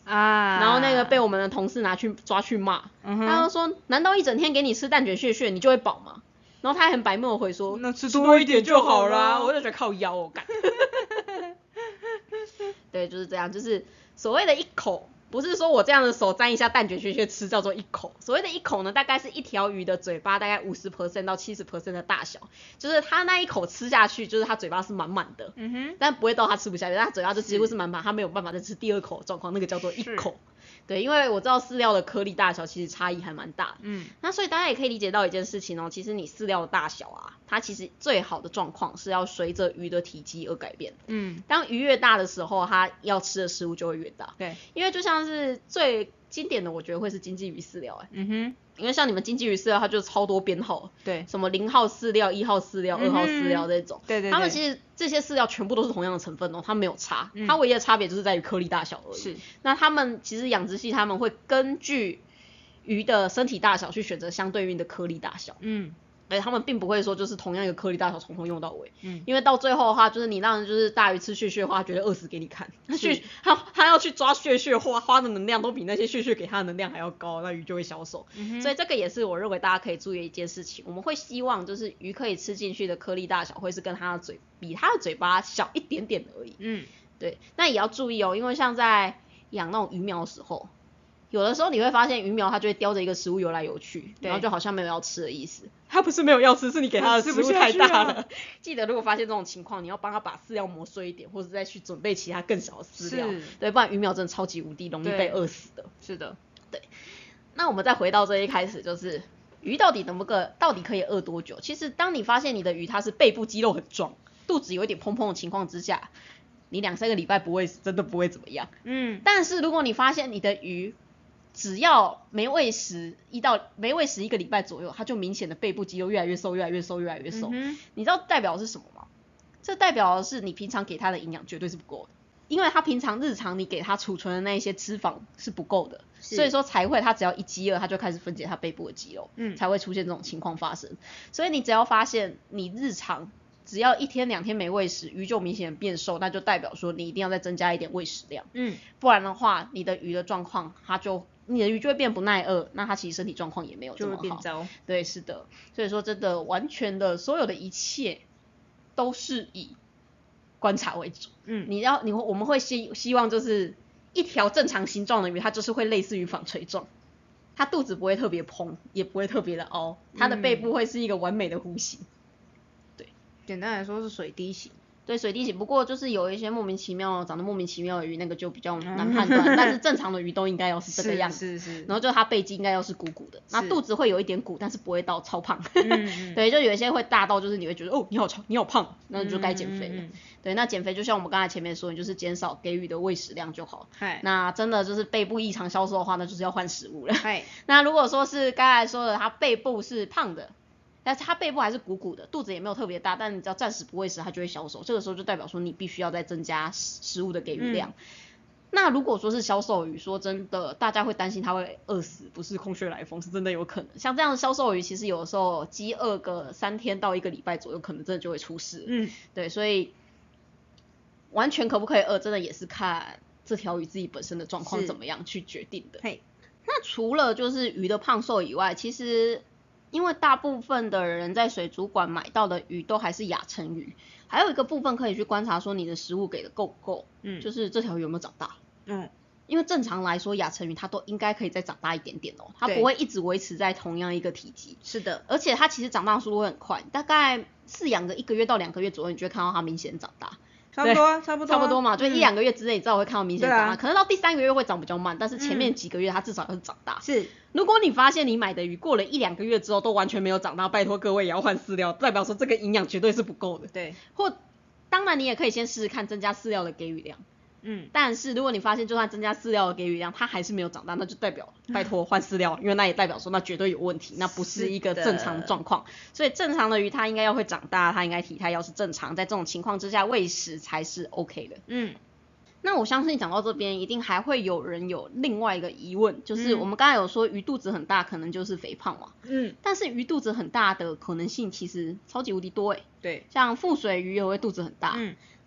啊， 然后那个被我们的同事抓去骂，他就说难道一整天给你吃蛋卷屑屑你就会饱吗？然后他还很白目的回说那吃多一点就好啦。 我就觉得靠腰哦干。对，就是这样，就是所谓的一口，不是说我这样的手沾一下蛋卷屑屑吃叫做一口，所谓的一口呢，大概是一条鱼的嘴巴大概50% 到70% 的大小，就是它那一口吃下去，就是它嘴巴是满满的，但不会到它吃不下去，但它嘴巴就几乎是满满，它没有办法再吃第二口的状况，那个叫做一口。对，因为我知道饲料的颗粒大小其实差异还蛮大的，那所以大家也可以理解到一件事情哦，其实你饲料的大小啊，它其实最好的状况是要随着鱼的体积而改变。当鱼越大的时候，它要吃的食物就会越大。对，因为就像是最经典的，我觉得会是经济鱼饲料，因为像你们经济鱼饲料，它就超多编号，对，什么0号饲料、1号饲料、2号饲料这种，对，他们其实这些饲料全部都是同样的成分哦，它没有差，它唯一的差别就是在于颗粒大小而已。是，那他们其实养殖系他们会根据鱼的身体大小去选择相对应的颗粒大小。他们并不会说就是同样一个颗粒大小从头用到尾，因为到最后的话，就是你让就是大鱼吃屑屑的话，他绝对饿死给你看。他要去抓屑屑花的能量都比那些屑屑给他的能量还要高，那鱼就会消瘦。所以这个也是我认为大家可以注意的一件事情。我们会希望就是鱼可以吃进去的颗粒大小会是跟比它的嘴巴小一点点而已。对，那也要注意哦，因为像在养那种鱼苗的时候，有的时候你会发现鱼苗它就会叼着一个食物游来游去，然后就好像没有要吃的意思。它不是没有要吃，是你给它的食物太大了。记得如果发现这种情况，你要帮它把饲料磨碎一点，或者再去准备其他更小的饲料。对，不然鱼苗真的超级无敌容易被饿死的。是的，对。那我们再回到这一开始，就是鱼到底可以饿多久？其实当你发现你的鱼它是背部肌肉很壮，肚子有一点膨膨的情况之下，你2-3个礼拜真的不会怎么样。但是如果你发现你的鱼只要没喂食1个礼拜左右，它就明显的背部肌肉越来越瘦。你知道代表是什么吗？这代表的是你平常给它的营养绝对是不够的，因为它平常日常你给它储存的那些脂肪是不够的，所以说才会它只要一饥饿，它就开始分解它背部的肌肉，才会出现这种情况发生。所以你只要发现你日常只要1天2天没喂食，鱼就明显变瘦，那就代表说你一定要再增加一点喂食量。不然的话，你的鱼的状况你的鱼就会变不耐饿，那它其实身体状况也没有这么好，就会变糟。对，是的。所以说真的完全的所有的一切都是以观察为主。我们会希望就是一条正常形状的鱼，它就是会类似于纺锤状，它肚子不会特别膨，也不会特别的凹，它的背部会是一个完美的弧形。对， 简单来说是水滴形。 对，水滴形，不过就是有一些长得莫名其妙的鱼，那个就比较难判断，但是正常的鱼都应该要是这个样子。是。然后就它背肌应该要是鼓鼓的，那肚子会有一点鼓，但是不会到超胖。对，就有一些会大到就是你会觉得哦你好胖，那就该减肥了。对，那减肥就像我们刚才前面说，你就是减少给予的喂食量就好。那真的就是背部异常消瘦的话，那就是要换食物了。那如果说是刚才说的，它背部是胖的，但是它背部还是鼓鼓的，肚子也没有特别大，但你只要暂时不喂食，它就会消瘦。这个时候就代表说你必须要再增加食物的给予量。那如果说是销售鱼，说真的，大家会担心它会饿死，不是空穴来风，是真的有可能。像这样的销售鱼，其实有的时候饥饿个3天到1个礼拜左右，可能真的就会出事。对，所以完全可不可以饿，真的也是看这条鱼自己本身的状况怎么样去决定的。那除了就是鱼的胖瘦以外，其实因为大部分的人在水族馆买到的鱼都还是亚成鱼，还有一个部分可以去观察说你的食物给的够不够，就是这条鱼有没有长大。因为正常来说亚成鱼它都应该可以再长大一点点哦，它不会一直维持在同样一个体积。是的，而且它其实长大的速度会很快，大概饲养个1个月到2个月左右，你就会看到它明显长大。差不多嘛，就1-2个月之内，你知道会看到明显长大，可能到第3个月会长比较慢，但是前面几个月它至少要长大。是，如果你发现你买的鱼过了1-2个月之后都完全没有长大，拜托各位也要换饲料，代表说这个营养绝对是不够的。对，或当然你也可以先试试看增加饲料的给予量。但是如果你发现就算增加饲料的给予量，它还是没有长大，那就代表拜托换饲料，因为那也代表说那绝对有问题，那不是一个正常状况。所以正常的鱼它应该要会长大，它应该体态要是正常，在这种情况之下喂食才是 OK 的。那我相信讲到这边一定还会有人有另外一个疑问，就是我们刚才有说鱼肚子很大可能就是肥胖嘛，但是鱼肚子很大的可能性其实超级无敌多对，像腹水鱼也会肚子很大，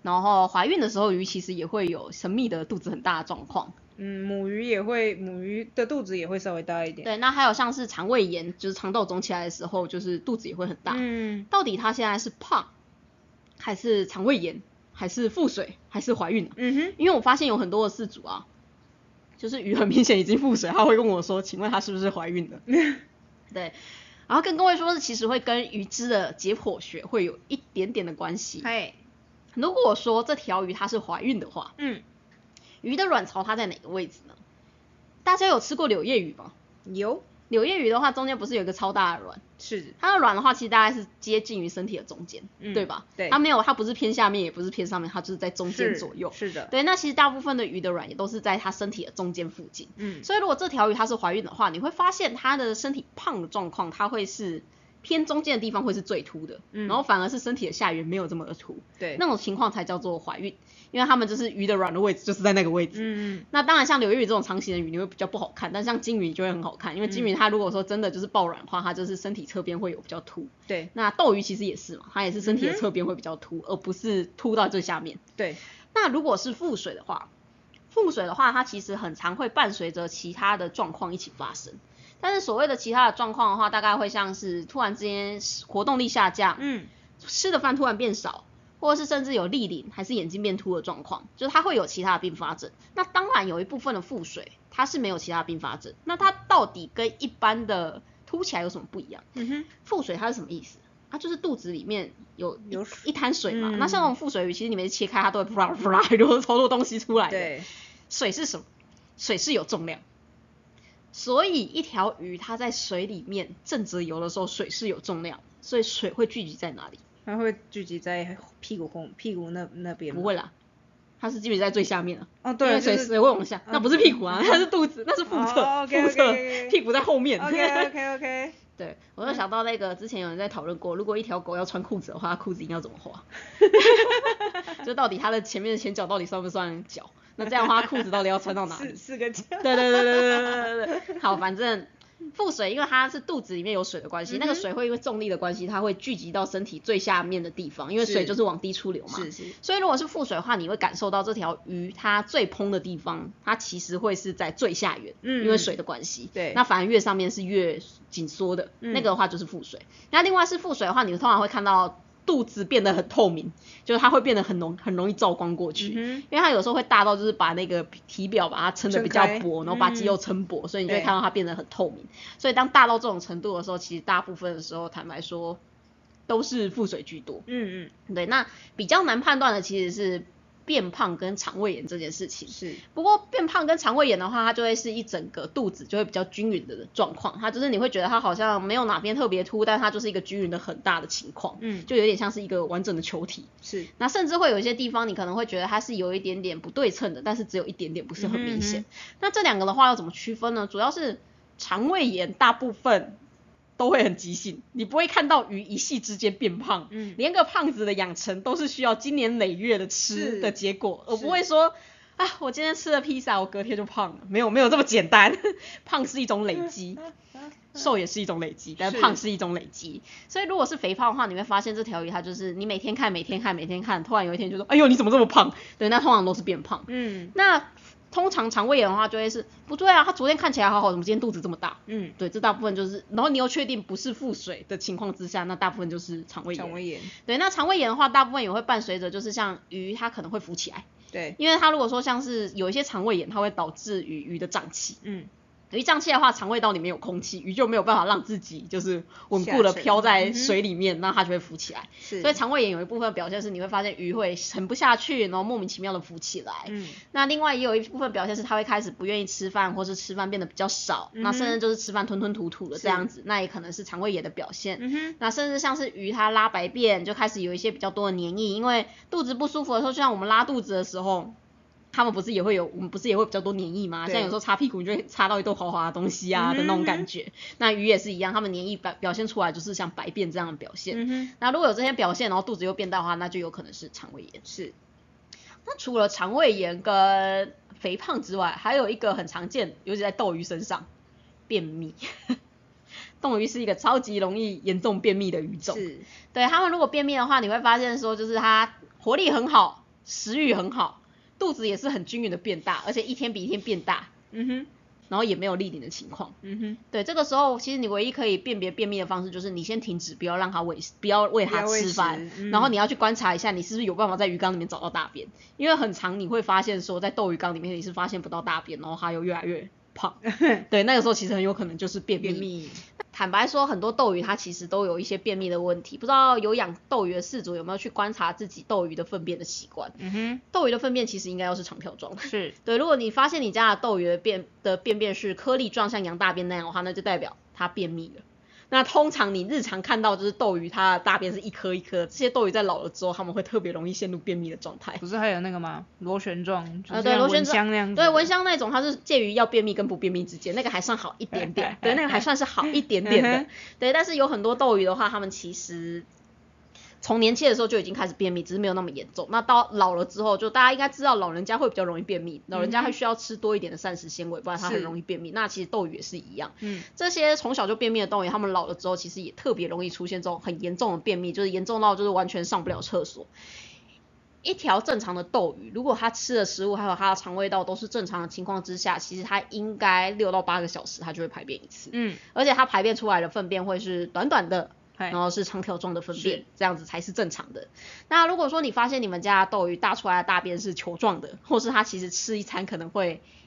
然后怀孕的时候鱼其实也会有神秘的肚子很大的状况。 母鱼的肚子也会稍微大一点。 对，那还有像是肠胃炎，就是肠道肿起来的时候，就是肚子也会很大。到底它现在是胖，还是肠胃炎，还是腹水，还是怀孕？因为我发现有很多的饲主啊，就是鱼很明显已经腹水，他会跟我说，请问他是不是怀孕的？对，然后跟各位说，其实会跟鱼只的解剖学会有一点点的关系。如果说这条鱼它是怀孕的话，鱼的卵巢它在哪个位置呢？大家有吃过柳叶鱼吗？ 有。 柳叶鱼的话，中间不是有一个超大的卵？ 是。它的卵的话，其实大概是接近于身体的中间，对吧？ 对。 它不是偏下面，也不是偏上面，它就是在中间左右。 是的。 对，那其实大部分的鱼的卵也都是在它身体的中间附近。所以如果这条鱼它是怀孕的话，你会发现它的身体胖的状况，它会是偏中间的地方会是最凸的，然后反而是身体的下缘没有这么的凸。对。那种情况才叫做怀孕。因为它们就是鱼的卵的位置就是在那个位置。那当然像柳叶鱼这种长形的鱼你会比较不好看，但像金鱼就会很好看，因为金鱼它如果说真的就是爆卵的话，它就是身体侧边会有比较凸。对。那斗鱼其实也是嘛，它也是身体的侧边会比较凸，而不是凸到最下面。对。那如果是腹水的话它其实很常会伴随着其他的状况一起发生。但是所谓的其他的状况的话，大概会像是突然之间活动力下降，吃的饭突然变少，或者是甚至有痢鳞还是眼睛变凸的状况，就是它会有其他的并发症。那当然有一部分的腹水它是没有其他的并发症，那它到底跟一般的凸起来有什么不一样？腹水它是什么意思？它就是肚子里面有一滩水嘛。那像那种腹水鱼，其实你们切开它都会噗啦噗啦流超多东西出来的。对。水是什么？水是有重量。所以一条鱼它在水里面正着游的时候，水是有重量，所以水会聚集在哪里？它会聚集在屁股那边。不会啦，它是聚集在最下面啊。对，因为水会往下，那不是屁股啊，那是肚子，那是腹侧，腹侧，屁股在后面。OK。对，我就想到那个之前有人在讨论过，如果一条狗要穿裤子的话，裤子应该要怎么画？就到底它的前面的前脚到底算不算脚？那这样的话，裤子到底要穿到哪里？四个脚。对。好，反正腹水因为它是肚子里面有水的关系，那个水会因为重力的关系，它会聚集到身体最下面的地方，因为水就是往低处流嘛。所以如果是腹水的话，你会感受到这条鱼它最膨的地方，它其实会是在最下缘，因为水的关系。对。那反而越上面是越紧缩的，那个的话就是腹水。那另外是腹水的话，你通常会看到肚子变得很透明，就是它会变得很容易照光过去，因为它有时候会大到就是把那个体表把它撑得比较薄，然后把肌肉撑薄，所以你就会看到它变得很透明。所以当大到这种程度的时候，其实大部分的时候坦白说都是腹水居多。对，那比较难判断的其实是变胖跟肠胃炎这件事情。是。不过变胖跟肠胃炎的话，它就会是一整个肚子就会比较均匀的状况，它就是你会觉得它好像没有哪边特别凸，但它就是一个均匀的很大的情况。就有点像是一个完整的球体。是。那甚至会有一些地方你可能会觉得它是有一点点不对称的，但是只有一点点，不是很明显。那这两个的话要怎么区分呢？主要是肠胃炎大部分都会很急性，你不会看到鱼一夕之间变胖，连个胖子的养成都是需要经年累月的吃的结果，而不会说啊，我今天吃了披萨，我隔天就胖了，没有这么简单。胖是一种累积，瘦也是一种累积，但胖是一种累积。所以如果是肥胖的话，你会发现这条鱼它就是你每天看，突然有一天就说，哎呦你怎么这么胖？对，那通常都是变胖。那通常肠胃炎的话就会是不对啊，他昨天看起来好好，怎么今天肚子这么大？对，这大部分就是，然后你又确定不是腹水的情况之下，那大部分就是肠胃炎。对，那肠胃炎的话，大部分也会伴随着就是像鱼它可能会浮起来。对，因为它如果说像是有一些肠胃炎，它会导致鱼的胀气。鱼胀气的话，肠胃道里面有空气，鱼就没有办法让自己就是稳固的飘在水里面，那它就会浮起来。所以肠胃炎有一部分表现是你会发现鱼会沉不下去，然后莫名其妙的浮起来。那另外也有一部分表现是它会开始不愿意吃饭，或是吃饭变得比较少，那甚至就是吃饭吞吞吐吐的这样子，那也可能是肠胃炎的表现。那甚至像是鱼它拉白便，就开始有一些比较多的黏液，因为肚子不舒服的时候，就像我们拉肚子的时候。他们不是也会有，我们不是也会比较多黏液吗？像有时候擦屁股你就会擦到一堆滑滑的东西啊的那种感觉。那鱼也是一样，他们黏液表现出来就是像白便这样的表现。那如果有这些表现，然后肚子又变大的话，那就有可能是肠胃炎。是。那除了肠胃炎跟肥胖之外，还有一个很常见，尤其在斗鱼身上，便秘。斗鱼是一个超级容易严重便秘的鱼种。是。对，他们如果便秘的话，你会发现说就是它活力很好。 食欲很好，肚子也是很均匀的变大，而且一天比一天变大，然后也没有痢淋的情况，对，这个时候其实你唯一可以辨别便秘的方式就是你先停止，不要喂它吃饭，然后你要去观察一下你是不是有办法在鱼缸里面找到大便，因为很常你会发现说在斗鱼缸里面你是发现不到大便，然后它又越来越胖，对，那个时候其实很有可能就是便秘。坦白说，很多斗鱼它其实都有一些便秘的问题，不知道有养斗鱼的饲主有没有去观察自己斗鱼的粪便的习惯？斗鱼的粪便其实应该要是长条状的，是对。如果你发现你家的斗鱼的便便是颗粒状，像羊大便那样的话，那就代表它便秘了。那通常你日常看到就是斗鱼它的大便是一颗一颗，这些斗鱼在老了之后，他们会特别容易陷入便秘的状态。 不是还有那个吗？螺旋状， 对，螺旋状那样子。 对，蚊香那种它是介于要便秘跟不便秘之间，那个还算好一点点，对，那个还算是好一点点的，对。但是有很多斗鱼的话，他们其实从年轻的时候就已经开始便秘，只是没有那么严重。那到老了之后，就大家应该知道老人家会比较容易便秘，老人家会需要吃多一点的膳食纤维，不然他很容易便秘。那其实斗鱼也是一样，这些从小就便秘的斗鱼，他们老了之后其实也特别容易出现这种很严重的便秘，就是严重到就是完全上不了厕所。一条正常的斗鱼，如果它吃的食物还有它的肠胃道都是正常的情况之下，其实它应该6到8个小时它就会排便一次，而且它排便出来的粪便会是短短的，然后是长条状的粪便，这样子才是正常的。那如果说你发现你们家的斗鱼大出来的大便是球状的，或是它其实吃一餐可能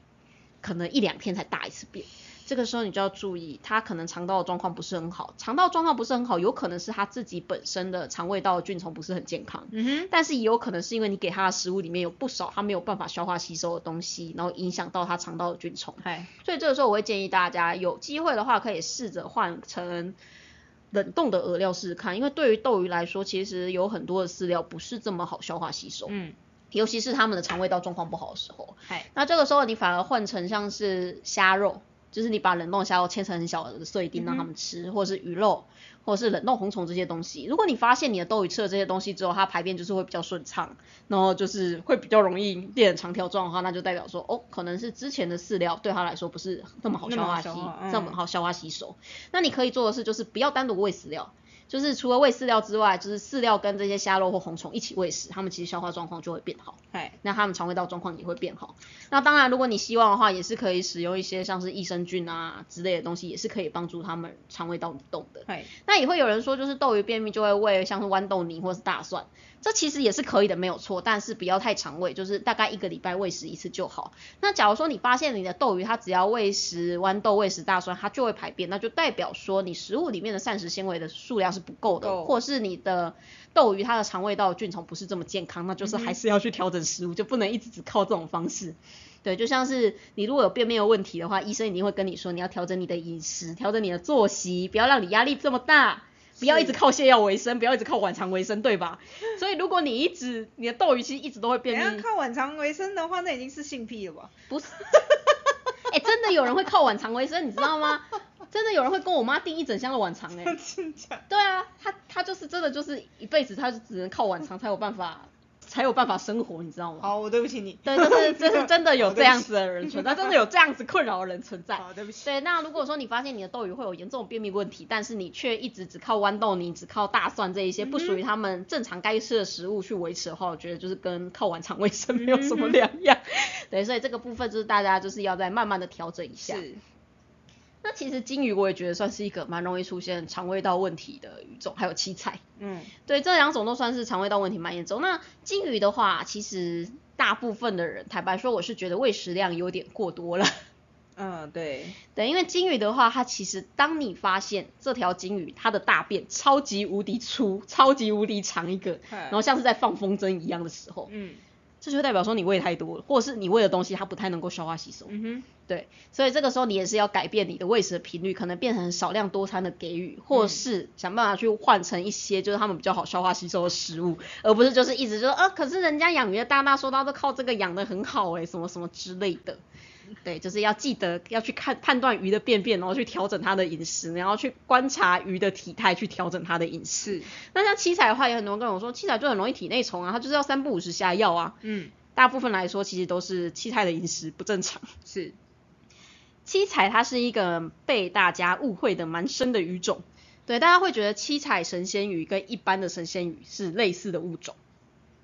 1-2天才大一次便，这个时候你就要注意，它可能肠道的状况不是很好。肠道状况不是很好，有可能是它自己本身的肠胃道的菌丛不是很健康，但是也有可能是因为你给它的食物里面有不少它没有办法消化吸收的东西，然后影响到它肠道的菌丛。所以这个时候我会建议大家有机会的话可以试着换成冷冻的饵料试试看，因为对于斗鱼来说，其实有很多的饲料不是这么好消化吸收，尤其是他们的肠胃道状况不好的时候。那这个时候你反而换成像是虾肉，就是你把冷冻虾肉切成很小的碎丁让他们吃，或者是鱼肉，或者是冷冻红虫这些东西。如果你发现你的斗鱼吃了这些东西之后，它排便就是会比较顺畅，然后就是会比较容易变成长条状的话，那就代表说可能是之前的饲料对它来说不是那么好消化吸收。那你可以做的是就是不要单独喂饲料，就是除了喂饲料之外，就是饲料跟这些虾肉或红虫一起喂食，它们其实消化状况就会变好，那它们肠胃道状况也会变好。那当然如果你希望的话，也是可以使用一些像是益生菌啊之类的东西，也是可以帮助它们肠胃道蠕动的。那也会有人说就是斗鱼便秘就会喂像是豌豆泥或是大蒜，这其实也是可以的，没有错，但是不要太常喂，就是大概1个礼拜喂食一次就好。那假如说你发现你的斗鱼它只要喂食豌豆喂食大蒜它就会排便，那就代表说你食物里面的膳食纤维的数量是不够的，或是你的斗鱼它的肠胃道菌丛不是这么健康，那就是还是要去调整食物，就不能一直只靠这种方式。对，就像是你如果有便秘的问题的话，医生一定会跟你说你要调整你的饮食，调整你的作息，不要让你压力这么大，不要一直靠泻药为生，不要一直靠晚肠为生，对吧？所以如果你的斗鱼其实一直都会便秘， 靠晚肠为生的话，那已经是性癖了吧？ 不是，真的有人会靠晚肠为生，你知道吗？真的有人会跟我妈订一整箱的晚肠对啊，他就是真的就是一辈子他就只能靠晚肠才有办法生活，你知道吗？ 好，我对不起你。 对，就是真的有这样子的人存在，真的有这样子困扰的人存在。 好，对不起。 对，那如果说你发现你的斗鱼会有严重的便秘问题，但是你却一直只靠豌豆泥、只靠大蒜这一些不属于他们正常该吃的食物去维持的话，我觉得就是跟靠晚肠卫生没有什么两样。对，所以这个部分就是大家就是要再慢慢的调整一下。是。那其实金鱼我也觉得算是一个蛮容易出现肠胃道问题的鱼种，还有七彩。对，这2种都算是肠胃道问题蛮严重。那金鱼的话，其实大部分的人坦白说，我是觉得喂食量有点过多了。 对， 因为金鱼的话，它其实当你发现这条金鱼它的大便超级无敌粗、超级无敌长一个，然后像是在放风筝一样的时候，这就代表说你喂太多了，或者是你喂的东西它不太能够消化吸收。对，所以这个时候你也是要改变你的喂食的频率，可能变成少量多餐的给予，或是想办法去换成一些就是他们比较好消化吸收的食物，而不是就是一直就说可是人家养鱼的大大说他都靠这个养得很好什么什么之类的。对，就是要记得要去判断鱼的便便，然后去调整它的饮食，然后去观察鱼的体态去调整它的饮食。那像七彩的话，也很多人跟我说七彩就很容易体内虫啊，它就是要3不5时下药啊。大部分来说其实都是七彩的饮食不正常。是，七彩它是一个被大家误会的蛮深的鱼种。对，大家会觉得七彩神仙鱼跟一般的神仙鱼是类似的物种。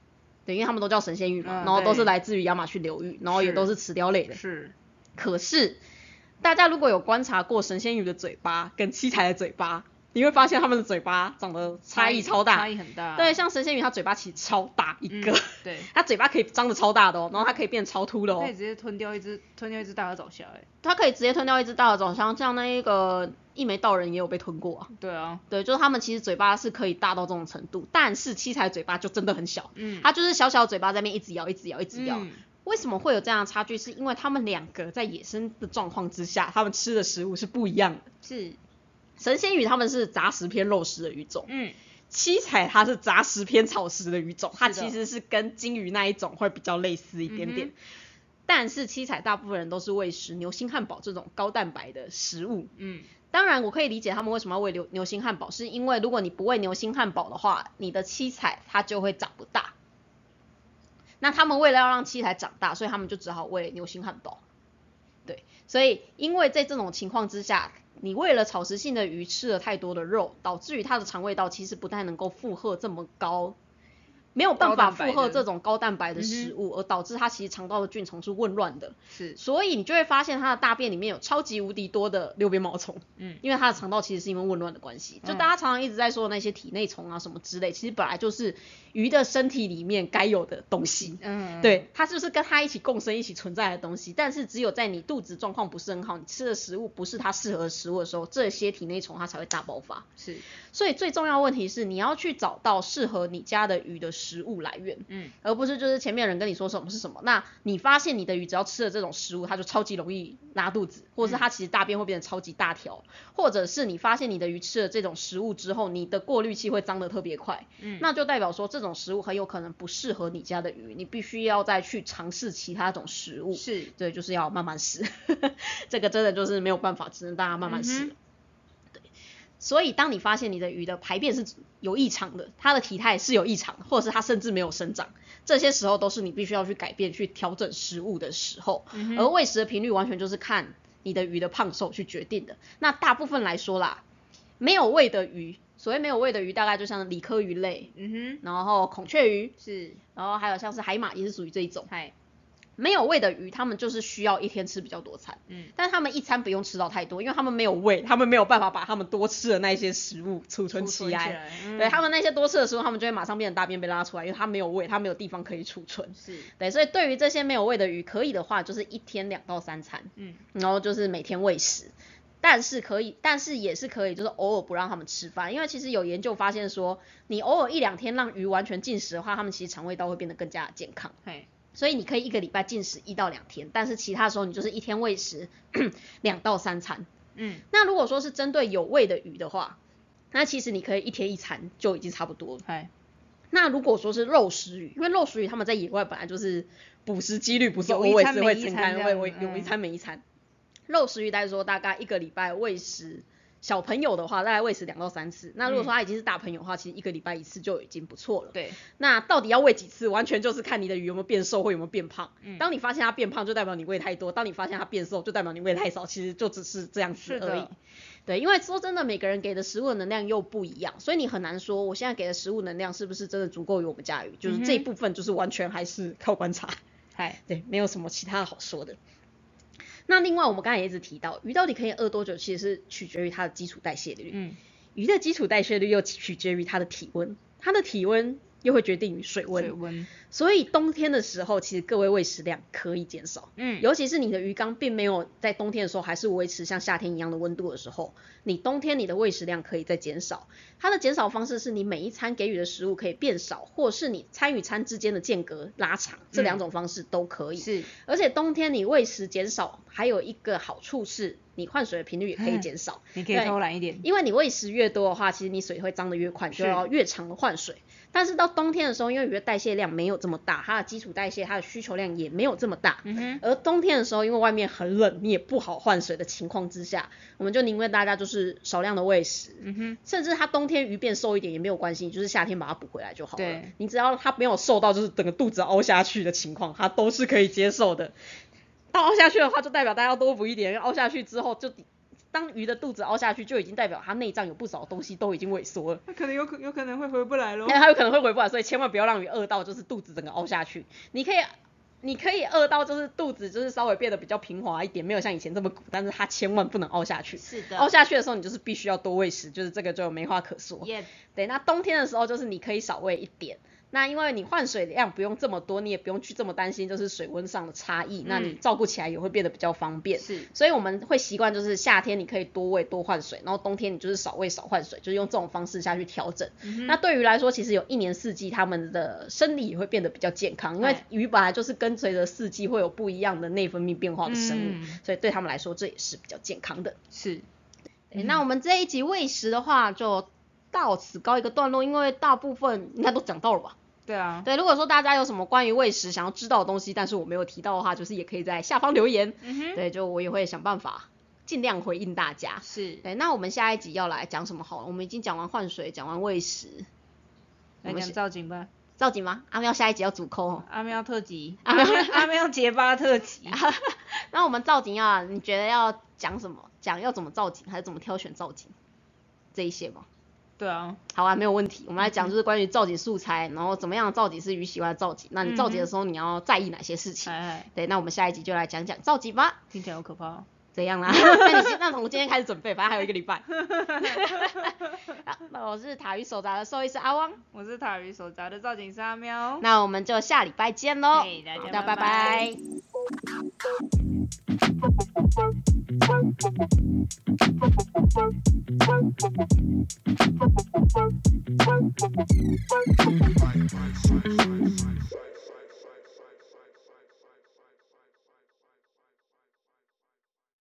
对，因为他们都叫神仙鱼嘛，然后都是来自于亚马逊流域，然后也都是齿雕类的。 是。 可是大家如果有观察过神仙鱼的嘴巴跟七彩的嘴巴，你会发现它们的嘴巴长得差异超大， 差异很大。 对，像神仙鱼它嘴巴其实超大一个， 对， 它嘴巴可以张得超大的哦，然后它可以变超凸的哦， 可以直接吞掉一只大耳藻虾它可以直接吞掉一只大耳藻虾，像那一个一眉道人也有被吞过啊。 对啊， 对，就是他们其实嘴巴是可以大到这种程度，但是七彩嘴巴就真的很小，它就是小小嘴巴在那边一直咬一直咬一直咬。为什么会有这样的差距？是因为他们两个在野生的状况之下，他们吃的食物是不一样的。 是。 神仙鱼他们是杂食偏肉食的鱼种，七彩它是杂食偏草食的鱼种，它其实是跟金鱼那一种会比较类似一点点。但是七彩大部分人都是喂食牛心汉堡这种高蛋白的食物。当然我可以理解他们为什么要喂牛心汉堡，是因为如果你不喂牛心汉堡的话，你的七彩它就会长不大。那他们为了要让七彩长大，所以他们就只好喂牛心汉堡。对，所以因为在这种情况之下，你为了草食性的鱼吃了太多的肉，导致于它的肠胃道其实不太能够负荷这么高，没有办法负荷这种高蛋白的食物，而导致它其实肠道的菌丛是混乱的。 是， 所以你就会发现它的大便里面有超级无敌多的六边毛虫。因为它的肠道其实是因为混乱的关系。就大家常常一直在说的那些体内虫啊什么之类，其实本来就是鱼的身体里面该有的东西。对，它就是跟它一起共生一起存在的东西，但是只有在你肚子状况不是很好，你吃的食物不是它适合的食物的时候，这些体内虫它才会大爆发。 是， 所以最重要的问题是你要去找到适合你家的鱼的食物来源，而不是就是前面有人跟你说什么是什么，那你发现你的鱼只要吃了这种食物，它就超级容易拉肚子，或者是它其实大便会变得超级大条，或者是你发现你的鱼吃了这种食物之后，你的过滤器会脏得特别快，那就代表说这种食物很有可能不适合你家的鱼，你必须要再去尝试其他种食物。 是， 对，就是要慢慢试这个真的就是没有办法，只能大家慢慢试。所以当你发现你的鱼的排便是有异常的，它的体态是有异常的，或者是它甚至没有生长，这些时候都是你必须要去改变去调整食物的时候。而喂食的频率完全就是看你的鱼的胖瘦去决定的。那大部分来说啦，没有胃的鱼，所谓没有胃的鱼大概就像鲤科鱼类，然后孔雀鱼是，然后还有像是海马也是属于这一种。没有胃的鱼，他们就是需要一天吃比较多餐，但他们一餐不用吃到太多，因为他们没有胃，他们没有办法把他们多吃的那些食物储存起来。对，他们那些多吃的食物，他们就会马上变成大便被拉出来，因为他没有胃，他没有地方可以储存。是，对，所以对于这些没有胃的鱼，可以的话就是一天2到3餐，然后就是每天喂食。但是也是可以，就是偶尔不让他们吃饭，因为其实有研究发现说，你偶尔1-2天让鱼完全禁食的话，他们其实肠胃道会变得更加健康。所以你可以1个礼拜禁食1到2天，但是其他时候你就是一天喂食2到3餐。那如果说是针对有胃的鱼的话，那其实你可以1天1餐就已经差不多了。那如果说是肉食鱼，因为肉食鱼他们在野外本来就是捕食几率不是 always 会撑开，有一餐没一餐。肉食鱼来说大概1个礼拜喂食，小朋友的话大概喂食2到3次，那如果说他已经是大朋友的话，其实1个礼拜1次就已经不错了。对，那到底要喂几次，完全就是看你的鱼有没有变瘦或有没有变胖。当你发现它变胖，就代表你喂太多；当你发现它变瘦，就代表你喂太少。其实就只是这样子而已。对，因为说真的，每个人给的食物的能量又不一样，所以你很难说我现在给的食物能量是不是真的足够于我们家鱼，就是这一部分就是完全还是靠观察。对，没有什么其他的好说的。那另外我们刚才也一直提到，鱼到底可以饿多久，其实是取决于它的基础代谢率。鱼的基础代谢率又取决于它的体温，它的体温又会决定于水温。所以冬天的时候，其实各位喂食量可以减少。尤其是你的鱼缸并没有在冬天的时候还是维持像夏天一样的温度的时候，你冬天你的喂食量可以再减少。它的减少方式是你每一餐给予的食物可以变少，或是你餐与餐之间的间隔拉长，这2种方式都可以。是，而且冬天你喂食减少，还有一个好处是你换水的频率也可以减少。 你可以偷懒一点， 因为你喂食越多的话，其实你水会脏得越快，就要越长的换水。但是到冬天的时候，因为鱼的代谢量没有这么大，它的基础代谢它的需求量也没有这么大，而冬天的时候因为外面很冷，你也不好换水的情况之下，我们就宁愿大家就是少量的喂食，甚至它冬天鱼变瘦一点也没有关系，就是夏天把它补回来就好了。你只要它没有瘦到就是整个肚子凹下去的情况，它都是可以接受的。到凹下去的话就代表大家要多补一点，因为凹下去之后就当鱼的肚子凹下去，就已经代表它内脏有不少东西都已经萎缩了。 它可能有可能会回不来咯。 它有可能会回不来，所以千万不要让鱼饿到就是肚子整个凹下去。你可以饿到就是肚子就是稍微变得比较平滑一点，没有像以前这么鼓，但是它千万不能凹下去。 是的。 凹下去的时候，你就是必须要多喂食，就是这个就没话可说。对，那冬天的时候就是你可以少喂一点。那因为你换水量不用这么多，你也不用去这么担心就是水温上的差异，那你照顾起来也会变得比较方便。 是， 所以我们会习惯就是夏天你可以多喂多换水，然后冬天你就是少喂少换水，就是用这种方式下去调整。那对于来说，其实有一年四季它们的生理也会变得比较健康，因为鱼本来就是跟随着四季会有不一样的内分泌变化的生物，所以对他们来说这也是比较健康的。 是。 那我们这一集喂食的话就到此告一个段落，因为大部分应该都讲到了吧。 对啊， 对，如果说大家有什么关于喂食想要知道的东西，但是我没有提到的话，就是也可以在下方留言。对，就我也会想办法尽量回应大家。 是。 对，那我们下一集要来讲什么好了？我们已经讲完换水，讲完喂食， 来讲造景吧。 造景吗？阿喵下一集要主抠哦。 阿喵特辑，阿喵结巴特辑。 那我们造景你觉得要讲什么？讲要怎么造景，还是怎么挑选造景？这一些吗？ 对啊， 好啊，没有问题。我们来讲就是关于造景素材，然后怎么样的造景是鱼喜欢的造景。那你造景的时候你要在意哪些事情？对，那我们下一集就来讲讲造景吧。 听起来好可怕哦。 怎样啦？那从今天开始准备，反正还有1个礼拜。那我是塔鱼手札的兽医师阿汪， 我是塔鱼手札的造景师阿喵。 那我们就下礼拜见咯。 大家拜拜。Bye.